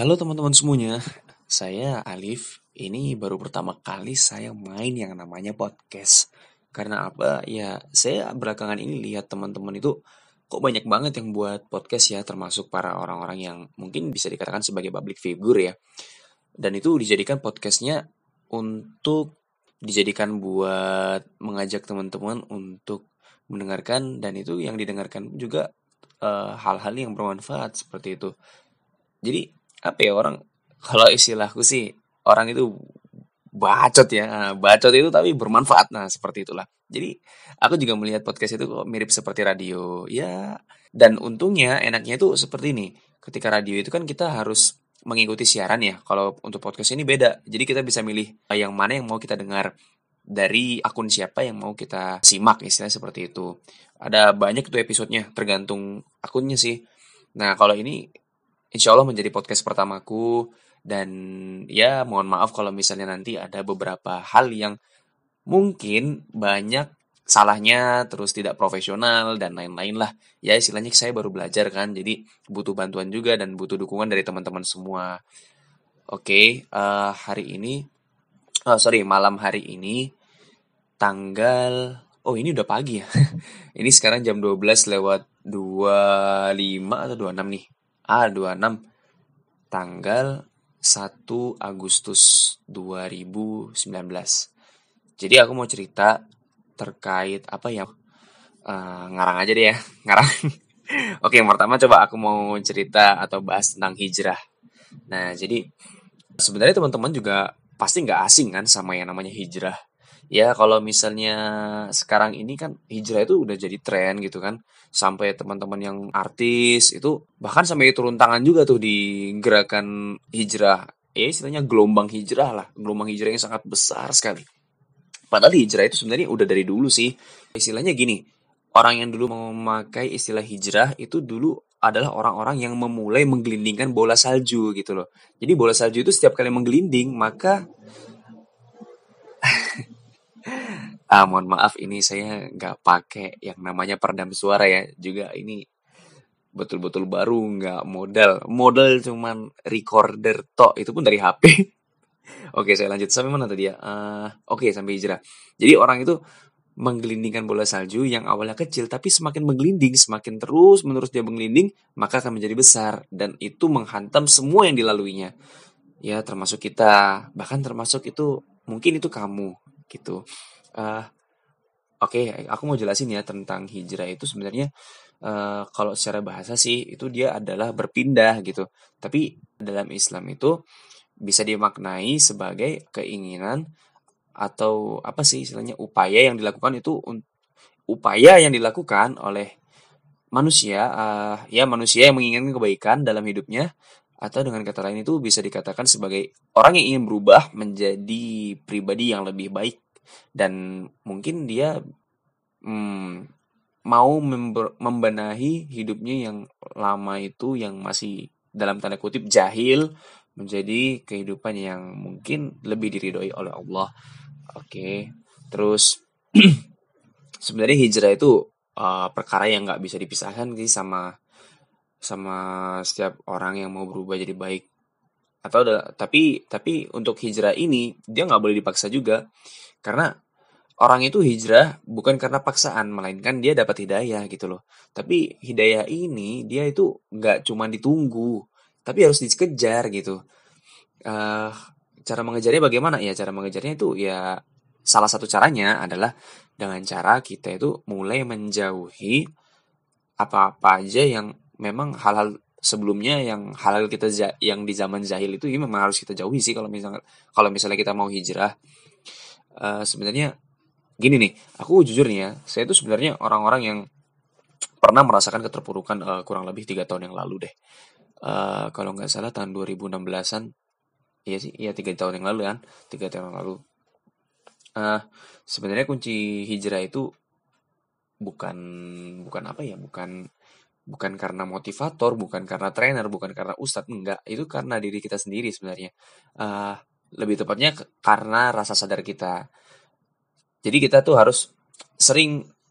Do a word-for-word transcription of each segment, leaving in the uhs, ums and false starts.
Halo teman-teman semuanya, saya Alif. Ini baru pertama kali saya main yang namanya podcast. Karena apa? Ya, saya belakangan ini lihat teman-teman itu kok banyak banget yang buat podcast ya, termasuk para orang-orang yang mungkin bisa dikatakan sebagai public figure ya. Dan itu dijadikan podcastnya untuk dijadikan buat mengajak teman-teman untuk mendengarkan dan itu yang didengarkan juga eh, hal-hal yang bermanfaat seperti itu. Jadi apa ya orang kalau istilahku sih orang itu bacot ya. Nah, bacot itu tapi bermanfaat. Nah, seperti itulah. Jadi aku juga melihat podcast itu kok mirip seperti radio. Ya, dan untungnya enaknya itu seperti ini. Ketika radio itu kan kita harus mengikuti siaran ya. Kalau untuk podcast ini beda. Jadi kita bisa milih yang mana yang mau kita dengar dari akun siapa yang mau kita simak istilahnya seperti itu. Ada banyak tuh episodenya tergantung akunnya sih. Nah, kalau ini insya Allah menjadi podcast pertamaku dan ya mohon maaf kalau misalnya nanti ada beberapa hal yang mungkin banyak salahnya terus tidak profesional dan lain-lain lah. Ya istilahnya saya baru belajar kan, jadi butuh bantuan juga dan butuh dukungan dari teman-teman semua. Oke, eh, hari ini, oh sorry malam hari ini tanggal, oh ini udah pagi ya. Ini sekarang jam dua belas lewat dua puluh lima atau dua puluh enam nih. Ah, dua puluh enam tanggal satu Agustus dua ribu sembilan belas. Jadi aku mau cerita terkait apa ya? Eh, ngarang aja deh ya, ngarang. Oke, yang pertama coba aku mau cerita atau bahas tentang hijrah. Nah, jadi sebenarnya teman-teman juga pasti nggak asing kan sama yang namanya hijrah. Ya, kalau misalnya sekarang ini kan hijrah itu udah jadi tren gitu kan. Sampai teman-teman yang artis itu bahkan sampai turun tangan juga tuh di gerakan hijrah. Ya, istilahnya gelombang hijrah lah. Gelombang hijrah yang sangat besar sekali. Padahal hijrah itu sebenarnya udah dari dulu sih. Istilahnya gini, orang yang dulu memakai istilah hijrah itu dulu adalah orang-orang yang memulai menggelindingkan bola salju gitu loh. Jadi bola salju itu setiap kali menggelinding, maka ah mohon maaf ini saya nggak pakai yang namanya peredam suara ya. Juga ini betul-betul baru nggak modal. Modal cuman recorder tok itu pun dari H P. Oke, saya lanjut sampai mana tadi ya? Eh, oke, sampai hijrah. Jadi orang itu menggelindingkan bola salju yang awalnya kecil tapi semakin menggelinding, semakin terus menerus dia menggelinding, maka akan menjadi besar dan itu menghantam semua yang dilaluinya. Ya, termasuk kita, bahkan termasuk itu mungkin itu kamu gitu. Eh, oke, aku mau jelasin ya tentang hijrah itu sebenarnya eh, kalau secara bahasa sih itu dia adalah berpindah gitu. Tapi dalam Islam itu bisa dimaknai sebagai keinginan atau apa sih istilahnya upaya yang dilakukan itu un- upaya yang dilakukan oleh manusia eh, ya manusia yang menginginkan kebaikan dalam hidupnya atau dengan kata lain itu bisa dikatakan sebagai orang yang ingin berubah menjadi pribadi yang lebih baik dan mungkin dia hmm, mau member- membenahi hidupnya yang lama itu yang masih dalam tanda kutip jahil menjadi kehidupan yang mungkin lebih diridhoi oleh Allah. Oke, terus sebenarnya hijrah itu uh, perkara yang nggak bisa dipisahkan sih sama sama setiap orang yang mau berubah jadi baik. Atau ada, tapi tapi untuk hijrah ini dia nggak boleh dipaksa juga karena orang itu hijrah bukan karena paksaan melainkan dia dapat hidayah gitu loh. Tapi hidayah ini dia itu nggak cuma ditunggu, tapi harus dikejar gitu. eh Cara mengejarnya bagaimana ya? Cara mengejarnya itu ya salah satu caranya adalah dengan cara kita itu mulai menjauhi apa-apa aja yang memang hal-hal sebelumnya yang halal kita ja- yang di zaman jahil itu ya memang harus kita jauhi sih kalau misalnya kalau misalnya kita mau hijrah. Eh, sebenarnya gini nih, aku jujur nih ya, saya itu sebenarnya orang-orang yang pernah merasakan keterpurukan eh, kurang lebih tiga tahun yang lalu deh. Eh, kalau nggak salah tahun dua ribu enam belasan-an. Iya sih, iya tiga tahun yang lalu kan, tiga tahun yang lalu. Eh, sebenarnya kunci hijrah itu bukan bukan apa ya, bukan bukan karena motivator, bukan karena trainer, bukan karena ustadz, enggak. Itu karena diri kita sendiri sebenarnya. Eh, lebih tepatnya ke- karena rasa sadar kita. Jadi kita tuh harus sering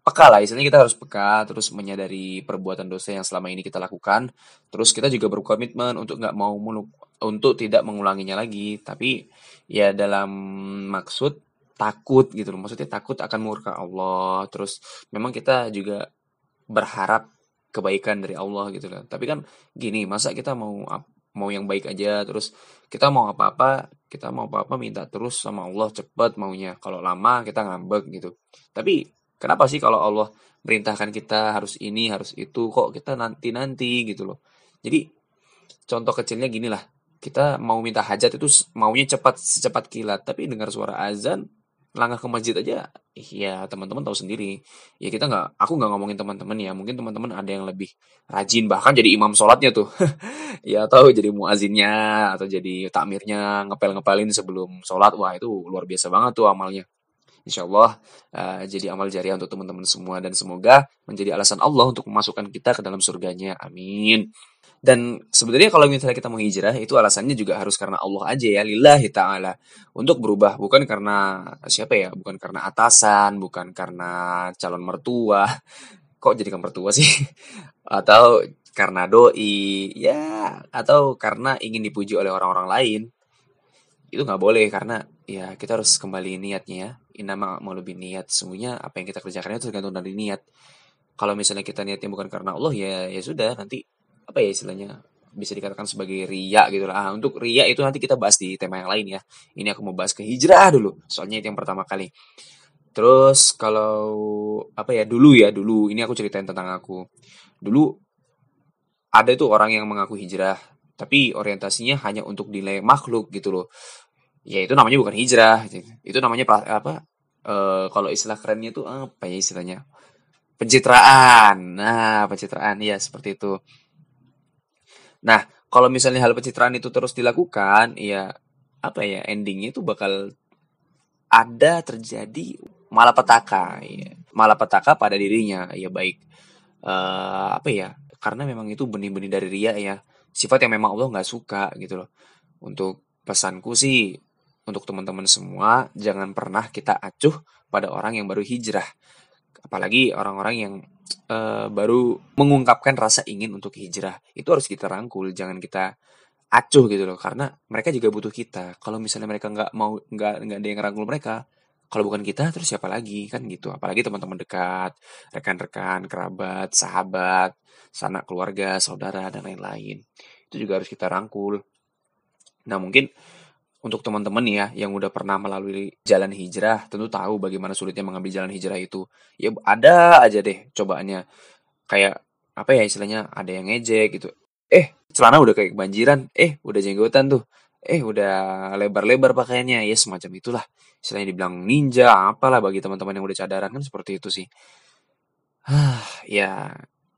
peka lah, istilahnya kita harus peka, terus menyadari perbuatan dosa yang selama ini kita lakukan, terus kita juga berkomitmen untuk nggak mau mulu- untuk tidak mengulanginya lagi, tapi ya dalam maksud takut gitu loh, maksudnya takut akan murka Allah, terus memang kita juga berharap kebaikan dari Allah gitu loh. Tapi kan gini, masa kita mau ap- mau yang baik aja, terus kita mau apa-apa, kita mau apa-apa minta terus sama Allah cepet maunya. Kalau lama kita ngambek gitu. Tapi kenapa sih kalau Allah merintahkan kita harus ini, harus itu, kok kita nanti-nanti gitu loh. Jadi contoh kecilnya gini lah. Kita mau minta hajat itu s- maunya cepat secepat kilat, tapi dengar suara azan langkah ke masjid aja, ya teman-teman tahu sendiri. Ya kita nggak, aku nggak ngomongin teman-teman ya. Mungkin teman-teman ada yang lebih rajin, bahkan jadi imam sholatnya tuh. Ya atau jadi muazinnya atau jadi takmirnya ngepel-ngepelin sebelum sholat. Wah itu luar biasa banget tuh amalnya. Insya Allah eh, jadi amal jariah untuk teman-teman semua dan semoga menjadi alasan Allah untuk memasukkan kita ke dalam surganya. Amin. Dan sebenarnya kalau misalnya kita mau hijrah itu alasannya juga harus karena Allah aja ya, lillahi ta'ala. Untuk berubah bukan karena siapa ya, bukan karena atasan, bukan karena calon mertua. Kok jadi ke mertua sih? Atau karena doi, ya, atau karena ingin dipuji oleh orang-orang lain. Itu nggak boleh karena ya kita harus kembali niatnya ya. Inama mau lebih niat. Sesungguhnya apa yang kita kerjakan itu tergantung dari niat. Kalau misalnya kita niatnya bukan karena Allah ya ya sudah nanti apa ya istilahnya bisa dikatakan sebagai ria gitu lah. Ah, untuk ria itu nanti kita bahas di tema yang lain ya. Ini aku mau bahas ke hijrah dulu. Soalnya itu yang pertama kali. Terus kalau apa ya dulu ya dulu ini aku ceritain tentang aku. Dulu ada tuh orang yang mengaku hijrah, tapi orientasinya hanya untuk nilai makhluk gitu loh. Ya itu namanya bukan hijrah. Gitu. Itu namanya pra- apa? eh, kalau istilah kerennya tuh apa ya istilahnya? Pencitraan. Nah, pencitraan ya seperti itu. Nah, kalau misalnya hal pencitraan itu terus dilakukan, ya apa ya endingnya itu bakal ada terjadi malapetaka, ya. Malapetaka pada dirinya, ya baik eh, apa ya? Karena memang itu benih-benih dari ria ya, sifat yang memang Allah nggak suka gitu loh. Untuk pesanku sih, untuk teman-teman semua, jangan pernah kita acuh pada orang yang baru hijrah. Apalagi orang-orang yang eh, baru mengungkapkan rasa ingin untuk hijrah. Itu harus kita rangkul, jangan kita acuh gitu loh. Karena mereka juga butuh kita. Kalau misalnya mereka nggak mau, nggak nggak ada yang rangkul mereka, kalau bukan kita, terus siapa lagi kan gitu. Apalagi teman-teman dekat, rekan-rekan, kerabat, sahabat, sanak keluarga, saudara dan lain-lain. Itu juga harus kita rangkul. Nah mungkin untuk teman-teman ya yang udah pernah melalui jalan hijrah, tentu tahu bagaimana sulitnya mengambil jalan hijrah itu. Ya ada aja deh cobaannya. Kayak apa ya istilahnya ada yang ngejek gitu. Eh, celana udah kayak kebanjiran. Eh, udah jenggotan tuh. Eh, udah lebar-lebar pakaiannya. Ya semacam itulah. Istilahnya dibilang ninja, apalah bagi teman-teman yang udah cadaran kan seperti itu sih. Hah, ya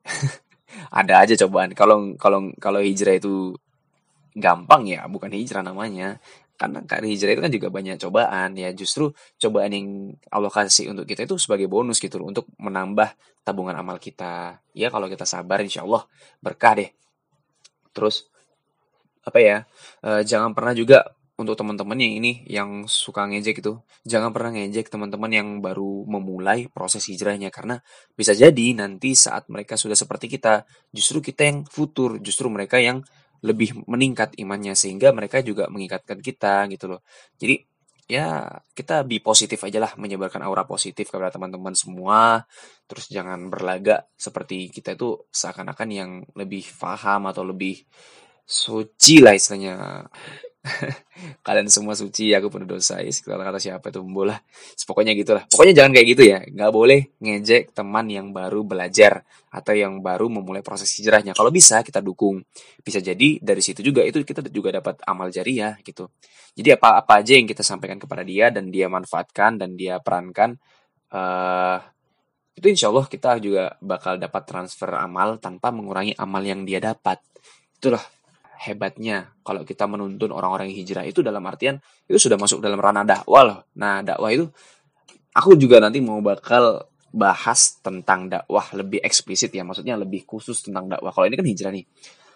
ada aja cobaan. Kalau kalau kalau hijrah itu gampang ya bukan hijrah namanya. Karena kan hijrah itu kan juga banyak cobaan ya. Justru cobaan yang Allah kasih untuk kita itu sebagai bonus gitu loh. Untuk menambah tabungan amal kita. Ya kalau kita sabar insya Allah berkah deh. Terus apa ya? eh, jangan pernah juga untuk teman-teman yang ini yang suka ngejek itu, jangan pernah ngejek teman-teman yang baru memulai proses hijrahnya karena bisa jadi nanti saat mereka sudah seperti kita, justru kita yang futur, justru mereka yang lebih meningkat imannya sehingga mereka juga mengikatkan kita gitu loh. Jadi ya kita be positif aja lah menyebarkan aura positif kepada teman-teman semua. Terus jangan berlagak seperti kita itu seakan-akan yang lebih paham atau lebih suci lah istilahnya. Kalian semua suci, aku penuh dosa. Ya, kata-kata siapa itu bola. Pokoknya gitulah. Pokoknya jangan kayak gitu ya. Nggak boleh ngejek teman yang baru belajar atau yang baru memulai proses hijrahnya. Kalau bisa kita dukung. Bisa jadi dari situ juga itu kita juga dapat amal jariah gitu. Jadi apa-apa aja yang kita sampaikan kepada dia dan dia manfaatkan dan dia perankan, eh itu insya Allah kita juga bakal dapat transfer amal tanpa mengurangi amal yang dia dapat. Itulah hebatnya kalau kita menuntun orang-orang yang hijrah itu dalam artian itu sudah masuk dalam ranah dakwah loh. Nah, dakwah itu aku juga nanti mau bakal bahas tentang dakwah lebih eksplisit ya, maksudnya lebih khusus tentang dakwah. Kalau ini kan hijrah nih.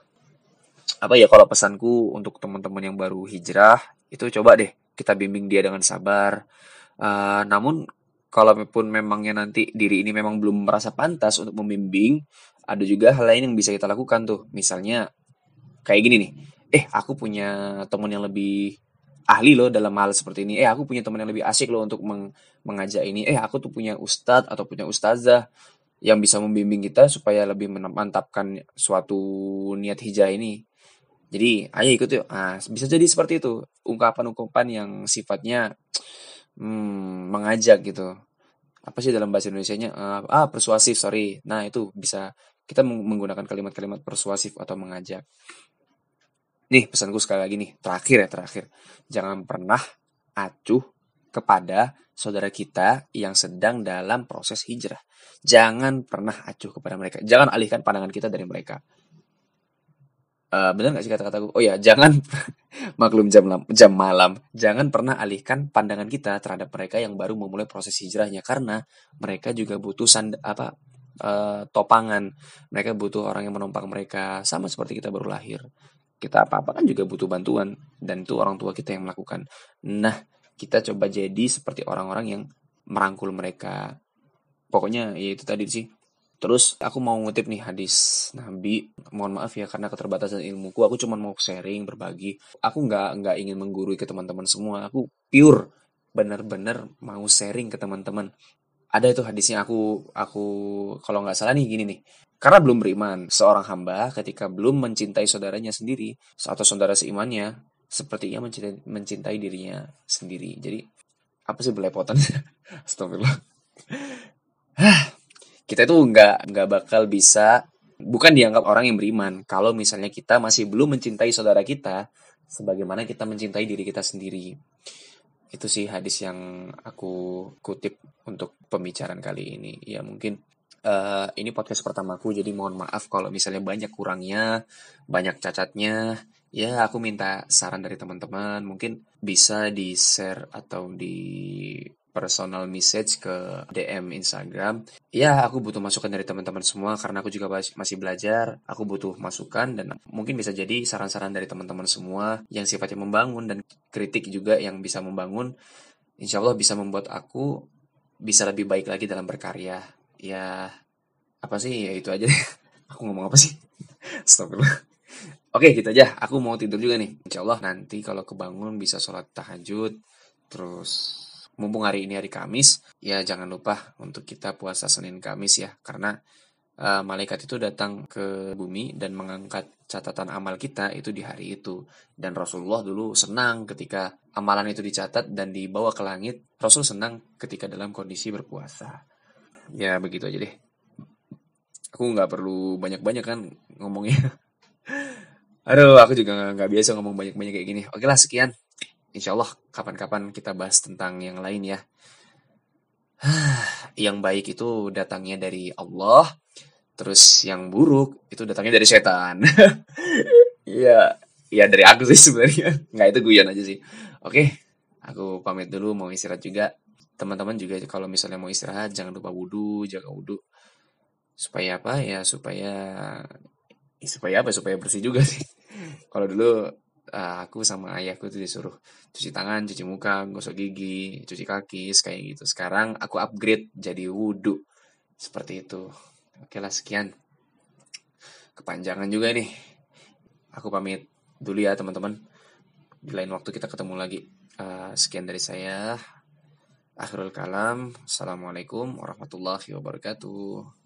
Apa ya kalau pesanku untuk teman-teman yang baru hijrah itu coba deh kita bimbing dia dengan sabar. Eh, namun kalaupun memangnya nanti diri ini memang belum merasa pantas untuk membimbing, ada juga hal lain yang bisa kita lakukan tuh. Misalnya kayak gini nih, eh aku punya teman yang lebih ahli loh dalam hal seperti ini. Eh aku punya teman yang lebih asik loh untuk meng- mengajak ini. Eh aku tuh punya ustadz atau punya ustazah yang bisa membimbing kita supaya lebih memantapkan suatu niat hijrah ini. Jadi ayo ikut yuk. Nah, bisa jadi seperti itu. Ungkapan-ungkapan yang sifatnya hmm, mengajak gitu. Apa sih dalam bahasa Indonesianya? Eh, ah, persuasif, sorry. Nah, itu bisa kita meng- menggunakan kalimat-kalimat persuasif atau mengajak. Nih, pesanku sekali lagi nih, terakhir ya, terakhir. Jangan pernah acuh kepada saudara kita yang sedang dalam proses hijrah. Jangan pernah acuh kepada mereka. Jangan alihkan pandangan kita dari mereka. Eh, benar nggak sih kata-kataku? Oh ya, jangan maklum jam lam- jam malam. Jangan pernah alihkan pandangan kita terhadap mereka yang baru memulai proses hijrahnya karena mereka juga butuh sand apa eh, topangan. Mereka butuh orang yang menumpang mereka sama seperti kita baru lahir. Kita apa-apa kan juga butuh bantuan dan itu orang tua kita yang melakukan. Nah, kita coba jadi seperti orang-orang yang merangkul mereka. Pokoknya ya itu tadi sih. Terus aku mau ngutip nih hadis Nabi. Mohon maaf ya karena keterbatasan ilmuku. Aku cuma mau sharing, berbagi. Aku nggak nggak ingin menggurui ke teman-teman semua. Aku pure bener-bener mau sharing ke teman-teman. Ada itu hadisnya aku aku kalau nggak salah nih gini nih. Karena belum beriman, seorang hamba ketika belum mencintai saudaranya sendiri atau saudara seimannya, seperti ia mencintai, mencintai dirinya sendiri. Jadi apa sih belepotan? Astagfirullah. Kita itu nggak nggak bakal bisa bukan dianggap orang yang beriman kalau misalnya kita masih belum mencintai saudara kita sebagaimana kita mencintai diri kita sendiri. Itu sih hadis yang aku kutip untuk pembicaraan kali ini. Ya mungkin eh, ini podcast pertamaku jadi mohon maaf kalau misalnya banyak kurangnya, banyak cacatnya. Ya aku minta saran dari teman-teman, mungkin bisa di-share atau di personal message ke D M Instagram. Ya, aku butuh masukan dari teman-teman semua karena aku juga bas- masih belajar. Aku butuh masukan dan mungkin bisa jadi saran-saran dari teman-teman semua yang sifatnya membangun dan kritik juga yang bisa membangun. Insya Allah bisa membuat aku bisa lebih baik lagi dalam berkarya. Ya, apa sih? Ya itu aja deh. Aku ngomong apa sih? Astagfirullah. Oke, gitu aja. Aku mau tidur juga nih. Insya Allah nanti kalau kebangun bisa sholat tahajud. Terus mumpung hari ini hari Kamis, ya jangan lupa untuk kita puasa Senin Kamis ya. Karena eh, malaikat itu datang ke bumi dan mengangkat catatan amal kita itu di hari itu. Dan Rasulullah dulu senang ketika amalan itu dicatat dan dibawa ke langit. Rasul senang ketika dalam kondisi berpuasa. Ya begitu aja deh. Aku nggak perlu banyak-banyak kan ngomongnya. Aduh, aku juga nggak nggak biasa ngomong banyak-banyak kayak gini. Oke lah, sekian. Insya Allah kapan-kapan kita bahas tentang yang lain ya. Yang baik itu datangnya dari Allah, terus yang buruk itu datangnya dari setan. Iya, iya dari aku sih sebenarnya. Nggak itu guyon aja sih. Oke, aku pamit dulu mau istirahat juga. Teman-teman juga kalau misalnya mau istirahat jangan lupa wudhu, jaga wudhu. Supaya apa ya? Supaya supaya apa? Supaya bersih juga sih. Kalau dulu eh, aku sama ayahku tuh disuruh cuci tangan, cuci muka, gosok gigi, cuci kaki, kayak gitu. Sekarang aku upgrade jadi wudhu. Seperti itu. Oke lah, sekian. Kepanjangan juga nih. Aku pamit dulu ya teman-teman. Di lain waktu kita ketemu lagi. Eh, sekian dari saya. Akhirul kalam. Assalamualaikum warahmatullahi wabarakatuh.